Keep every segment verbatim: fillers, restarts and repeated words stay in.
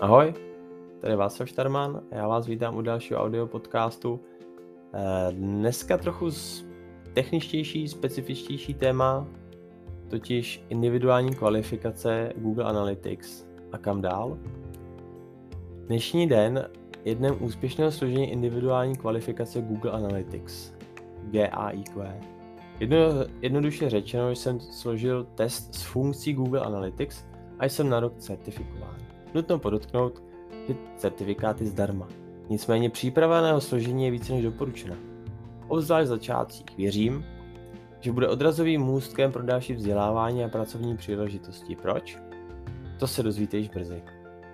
Ahoj, tady Václav Štarman a já vás vítám u dalšího audio podcastu. Dneska trochu techničtější, specifičtější téma, totiž individuální kvalifikace Google Analytics a kam dál. Dnešní den je dnem úspěšného složení individuální kvalifikace Google Analytics, G A I Q. Jedno, jednoduše řečeno, jsem složil test s funkcí Google Analytics a jsem na rok certifikován. Nutno podotknout, že certifikát je zdarma. Nicméně příprava na jeho složení je více než doporučena. Obzvlášť v začátcích. Věřím, že bude odrazovým můstkem pro další vzdělávání a pracovní příležitosti. Proč? To se dozvíte již brzy.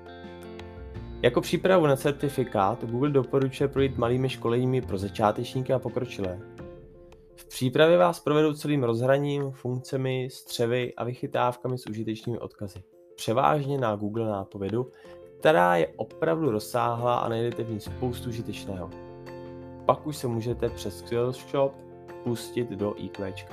Jako přípravu na certifikát Google doporučuje projít malými školeními pro začátečníky a pokročilé. V přípravě vás provedou celým rozhraním, funkcemi, střevy a vychytávkami s užitečnými odkazy. Převážně na Google nápovědu, která je opravdu rozsáhlá a najdete v ní spoustu užitečného. Pak už se můžete přes Skillshop pustit do IQčka.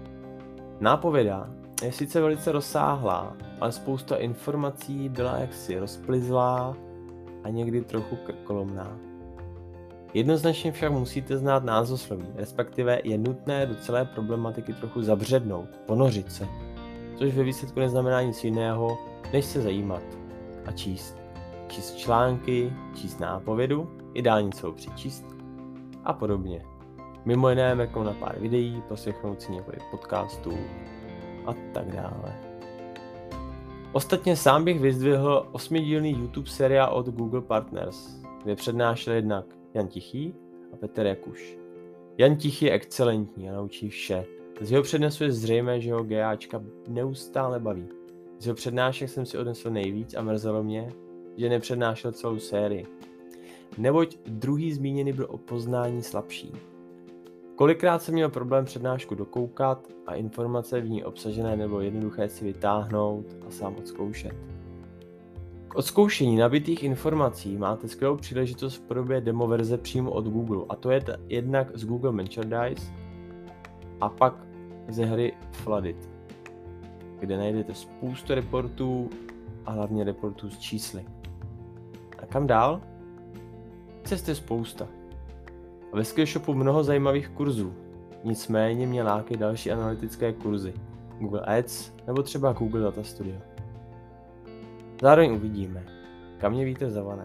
Nápověda je sice velice rozsáhlá, ale spousta informací byla jaksi rozplizlá a někdy trochu krkolomná. Jednoznačně však musíte znát názvosloví, respektive je nutné do celé problematiky trochu zabřednout, ponořit se, což ve výsledku neznamená nic jiného, než se zajímat a číst. Číst články, číst nápovědu, ideálně celou přečíst a podobně. Mimo jiné mrknout na pár videí, poslechnout si několik podcastů a tak dále. Ostatně sám bych vyzdvihl osmidílný YouTube seriál od Google Partners, kde přednášel jednak Jan Tichý a Petr Jakuš. Jan Tichý je excelentní a naučí vše. Z jeho přednesu je zřejmé, že ho GAčka neustále baví. Z jeho přednášek jsem si odnesl nejvíc a mrzelo mě, že nepřednášel celou sérii. Neboť druhý zmíněný byl o poznání slabší. Kolikrát jsem měl problém přednášku dokoukat a informace v ní obsažené nebylo jednoduché si vytáhnout a sám odzkoušet. K odzkoušení nabitých informací máte skvělou příležitost v podobě demo verze přímo od Google, a to je t- jednak z Google Merchandise a pak ze hry Floodit, kde najdete spoustu reportů a hlavně reportů s čísly. A kam dál? Cest je spousta. A ve Skillshopu mnoho zajímavých kurzů, nicméně mě lákají další analytické kurzy, Google Ads nebo třeba Google Data Studio. Zároveň uvidíme, kam mě vítr zavane.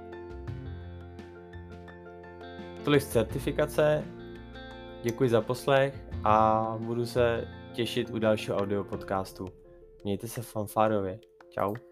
Tolik z certifikace, děkuji za poslech a budu se těšit u dalšího audio podcastu. Mějte se fanfárově. Čau.